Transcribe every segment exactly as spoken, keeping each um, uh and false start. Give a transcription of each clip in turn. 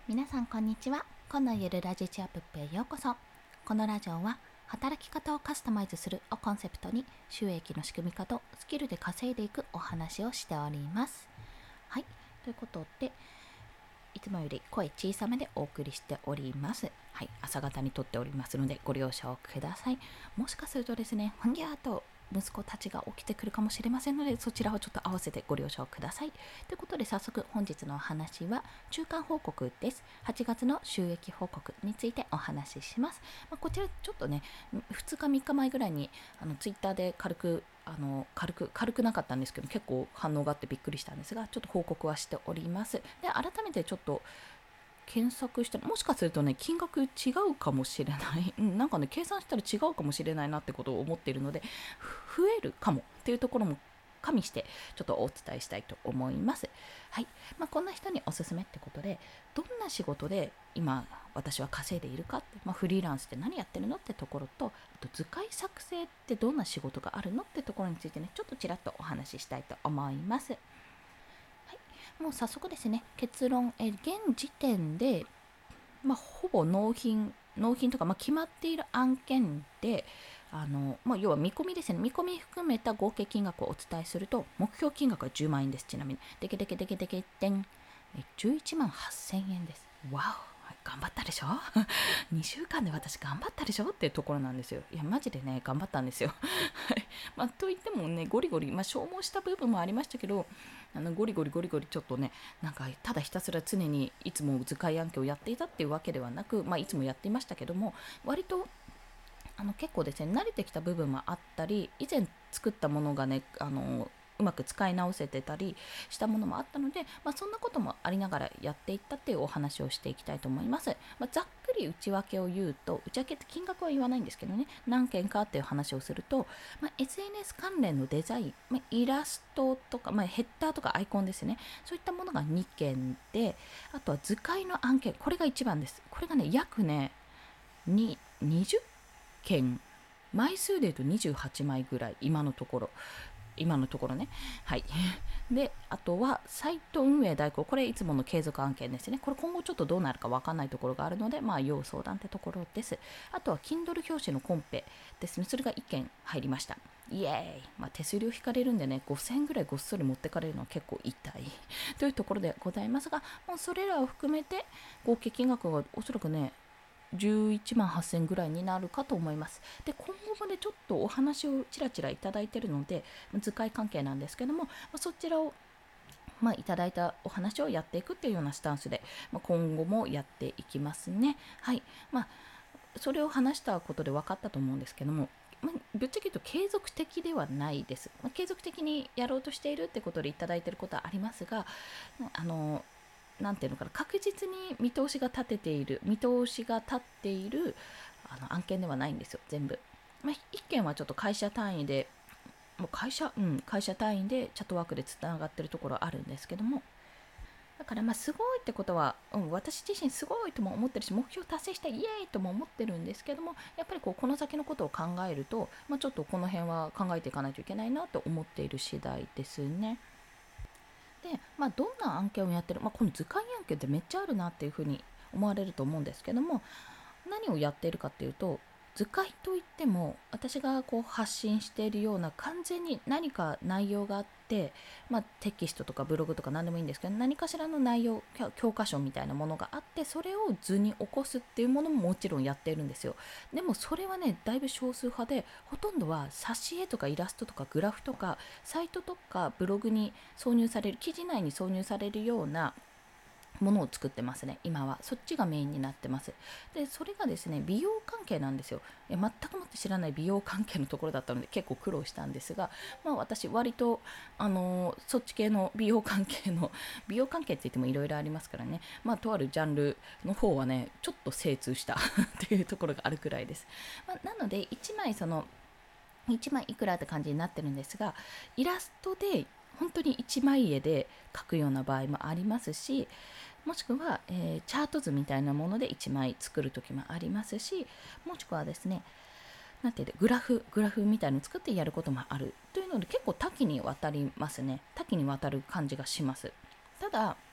皆さんこんにちは。今のゆるラジチアップへようこそ。このラジオは働き方をカスタマイズするをコンセプトに収益の仕組み化とスキルで稼いでいくお話をしております。はい、ということでいつもより声小さめでお送りしております。はい、朝方に撮っておりますのでご了承ください。もしかするとですね、ふんぎゃーと息子たちが起きてくるかもしれませんので、そちらをちょっと合わせてご了承ください。ということで早速本日のお話は中間報告です。はちがつの収益報告についてお話しします。まあ、こちらちょっとね、ふつかみっかまえぐらいにあのツイッターで軽くあの軽く軽くなかったんですけど、結構反応があってびっくりしたんですが、ちょっと報告はしております。で、改めてちょっと検索して、もしかするとね、金額違うかもしれない、うん、なんかね、計算したら違うかもしれないなってことを思っているので、増えるかもっていうところも加味してちょっとお伝えしたいと思います。はい、まあ、こんな人におすすめってことで、どんな仕事で今私は稼いでいるかって、まあ、フリーランスって何やってるのってところと、あと図解作成ってどんな仕事があるのってところについてね、ちょっとちらっとお話ししたいと思います。もう早速ですね、結論、え現時点で、まあ、ほぼ納品、納品とか、まあ、決まっている案件で、あのまあ、要は見込みですね、見込み含めた合計金額をお伝えすると、目標金額はじゅうまん円です。ちなみに、でけでけでけでけでん、じゅういちまんはっせんえんです。わお、頑張ったでしょにしゅうかんで私頑張ったでしょっていうところなんですよ。いや、マジでね、頑張ったんですよ。まあ、といってもね、ゴリゴリ、まあ、消耗した部分もありましたけど、あのゴリゴリゴリゴリちょっとね、なんかただひたすら常にいつも図解案件をやっていたっていうわけではなく、まあ、いつもやっていましたけども、割とあの結構ですね、慣れてきた部分もあったり、以前作ったものがね、あのうまく使い直せてたりしたものもあったので、まあ、そんなこともありながらやっていったっていうお話をしていきたいと思います。まあ、ざっくり内訳を言うと、内訳って金額は言わないんですけどね、何件かっていう話をすると、まあ、エスエヌエス 関連のデザイン、まあ、イラストとか、まあ、ヘッダーとかアイコンですね、そういったものがにけんで、あとは図解の案件、これがいちばんです。これがね、約ね、ににじゅっけん、枚数で言うとにじゅうはちまいぐらい、今のところ今のところね。はい。で、あとは、サイト運営代行。これ、いつもの継続案件ですね。これ、今後ちょっとどうなるかわかんないところがあるので、まあ、要相談ってところです。あとは、Kindle 表紙のコンペですね。それがいっけん入りました。イエーイ。まあ、手数料引かれるんでね、ごせんえんぐらいごっそり持ってかれるのは結構痛い。というところでございますが、もうそれらを含めて、合計金額がおそらくね、じゅういちまんはっせんぐらいになるかと思います。で、今後までちょっとお話をちらちらいただいているので、図解関係なんですけども、そちらをまあ、いただいたお話をやっていくっていうようなスタンスで、まあ、今後もやっていきますね。はい。まあ、それを話したことで分かったと思うんですけども、まあ、ぶっちゃけ言うと継続的ではないです。まあ、継続的にやろうとしているってことでいただいていることはありますが、あの、なんていうのかな、確実に見通しが立てている、見通しが立っているあの案件ではないんですよ、全部。まあ、いっけんはちょっと会社単位で、もう会社、うん、会社単位でチャットワークでつながってるところあるんですけども、だからまあすごいってことは、うん、私自身すごいとも思ってるし、目標達成したイエーイとも思ってるんですけども、やっぱりこうこの先のことを考えると、まあ、ちょっとこの辺は考えていかないといけないなと思っている次第ですね。で、まあ、どんな案件をやってる、まあ、この図鑑案件ってめっちゃあるなっていうふうに思われると思うんですけども、何をやっているかっていうと、図解といっても私がこう発信しているような完全に何か内容があって、まあ、テキストとかブログとか何でもいいんですけど、何かしらの内容、教科書みたいなものがあって、それを図に起こすっていうものももちろんやっているんですよ。でもそれはね、だいぶ少数派で、ほとんどは挿絵とかイラストとかグラフとかサイトとかブログに挿入される、記事内に挿入されるようなものを作ってますね。今はそっちがメインになってます。で、それがですね、美容関係なんですよ。え全くもって知らない美容関係のところだったので結構苦労したんですが、まあ、私割とあのーそっち系の美容関係の美容関係って言ってもいろいろありますからね、まあ、とあるジャンルの方はねちょっと精通したっていうところがあるくらいです。まあ、なのでいちまいそのいちまいいくらって感じになってるんですが、イラストで本当にいちまい絵で描くような場合もありますし、もしくは、えーチャート図みたいなものでいちまい作る時もありますし、もしくはですね、なんていうグラフグラフみたいのを作ってやることもあるというので、結構多岐にわたりますね。多岐にわたる感じがします。ただ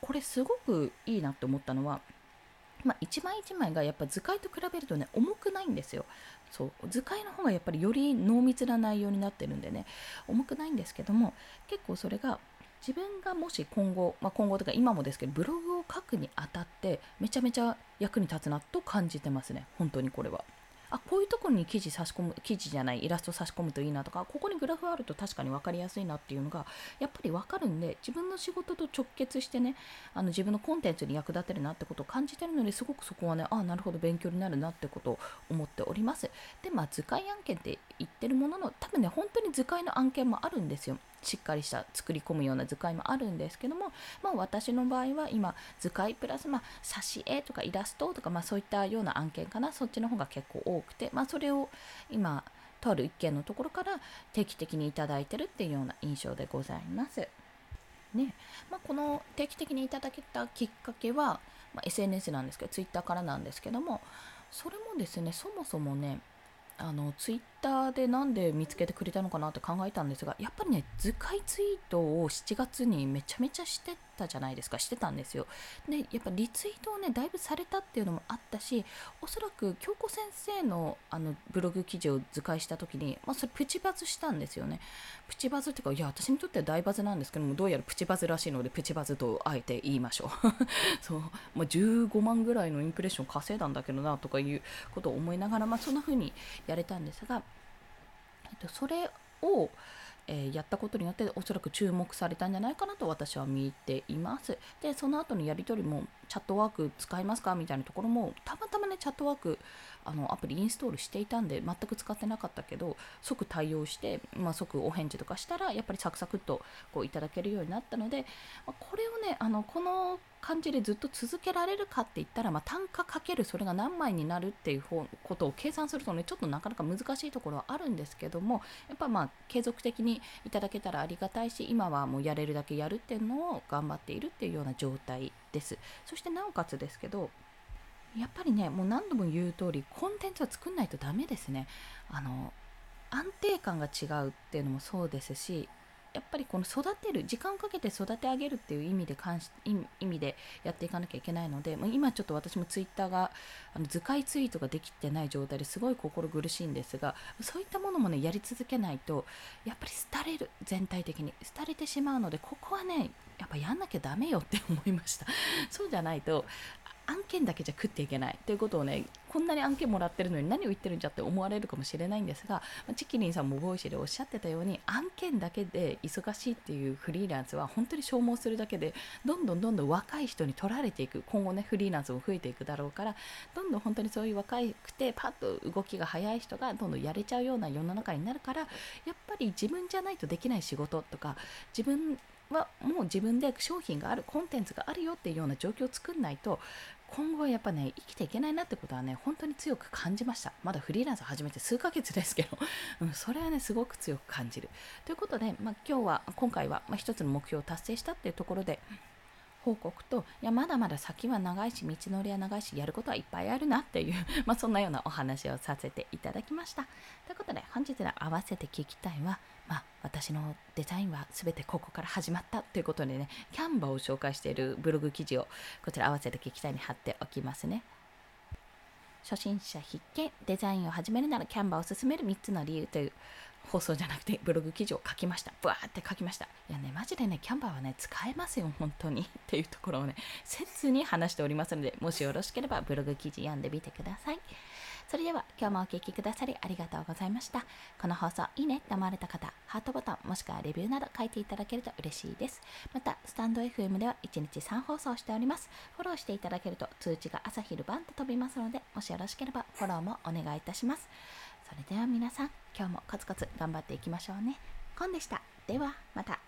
これすごくいいなって思ったのは、まあ、一枚一枚がやっぱ図解と比べるとね重くないんですよ。そう図解の方がやっぱりより濃密な内容になってるんでね重くないんですけども、結構それが自分がもし今後、まあ、今後とか今もですけどブログを書くにあたってめちゃめちゃ役に立つなと感じてますね。本当にこれはあこういうところに記事差し込む記事じゃないイラスト差し込むといいなとか、ここにグラフあると確かに分かりやすいなっていうのがやっぱり分かるんで、自分の仕事と直結してねあの自分のコンテンツに役立てるなってことを感じてるので、すごくそこはねあなるほど勉強になるなってことを思っております。でまあ図解案件って言ってるものの、多分ね本当に図解の案件もあるんですよ。しっかりした作り込むような図解もあるんですけども、まあ、私の場合は今図解プラス、まあ、挿絵とかイラストとか、まあ、そういったような案件かな、そっちの方が結構多くて、まあ、それを今とある一件のところから定期的にいただいてるっていうような印象でございますね。まあ、この定期的にいただけたきっかけは、まあ、エスエヌエス なんですけど、ツイッターからなんですけども、それもですねそもそもねあのツイッターでなんで見つけてくれたのかなって考えたんですが、やっぱりね図解ツイートをしちがつにめちゃめちゃしてたじゃないですか。してたんですよ。でやっぱリツイートをねだいぶされたっていうのもあったし、おそらく京子先生のあのブログ記事を図解した時に、まあ、それプチバズしたんですよね。プチバズっていうか、いや私にとっては大バズなんですけども、どうやらプチバズらしいのでプチバズとあえて言いましょうそう、まあ、じゅうごまんぐらいのインプレッション稼いだんだけどなとかいうことを思いながら、まあ、そんな風にやれたんですが、えっと、それを、えーやったことによっておそらく注目されたんじゃないかなと私は見ています。でその後のやり取りもチャットワーク使いますかみたいなところもたまたまねチャットワークあのアプリインストールしていたんで全く使ってなかったけど、即対応して、まあ、即お返事とかしたらやっぱりサクサクっとこういただけるようになったので、まあこれをねあのこの感じでずっと続けられるかって言ったら、まあ、単価かけるそれが何枚になるっていうことを計算するとねちょっとなかなか難しいところはあるんですけども、やっぱまあ継続的にいただけたらありがたいし、今はもうやれるだけやるっていうのを頑張っているっていうような状態です。そしてなおかつですけど、やっぱりねもう何度も言う通りコンテンツは作んないとダメですね。あの安定感が違うっていうのもそうですし、やっぱりこの育てる時間をかけて育て上げるっていう意味で関し意味意味でやっていかなきゃいけないので、もう今ちょっと私もツイッターがあの図解ツイートができてない状態ですごい心苦しいんですが、そういったものもねやり続けないとやっぱり廃れる、全体的に廃れてしまうので、ここはねやっぱやんなきゃダメよって思いましたそうじゃないと案件だけじゃ食っていけないということをね、こんなに案件もらってるのに何を言ってるんじゃって思われるかもしれないんですが、チキリンさんもボイシーでおっしゃってたように、案件だけで忙しいっていうフリーランスは本当に消耗するだけで、どんどんどんどん若い人に取られていく、今後ねフリーランスも増えていくだろうから、どんどん本当にそういう若くてパッと動きが早い人がどんどんやれちゃうような世の中になるから、やっぱり自分じゃないとできない仕事とか、自分はもう自分で商品がある、コンテンツがあるよっていうような状況を作んないと、今後はやっぱね生きていけないなってことはね本当に強く感じました。まだフリーランス始めて数ヶ月ですけど、うん、それはねすごく強く感じるということで、まあ、今日は今回は、まあ、一つの目標を達成したっていうところで報告と、いやまだまだ先は長いし道のりは長いしやることはいっぱいあるなっていうまあそんなようなお話をさせていただきました。ということで本日の合わせて聞きたいは、まあ、私のデザインは全てここから始まったということでね、キャンバーを紹介しているブログ記事をこちら合わせて聞きたいに貼っておきますね。初心者必見、デザインを始めるならキャンバーを勧めるみっつの理由という放送じゃなくてブログ記事を書きました。ブワーって書きました。いやねマジでねキャンバーはね使えますよ本当にっていうところをね切に話しておりますので、もしよろしければブログ記事読んでみてください。それでは今日もお聞きくださりありがとうございました。この放送いいねと思われた方、ハートボタンもしくはレビューなど書いていただけると嬉しいです。またスタンド エフエム ではいちにちさん放送しております。フォローしていただけると通知が朝昼晩と飛びますので、もしよろしければフォローもお願いいたします。それでは皆さん、今日もコツコツ頑張っていきましょうね。コンでした。ではまた。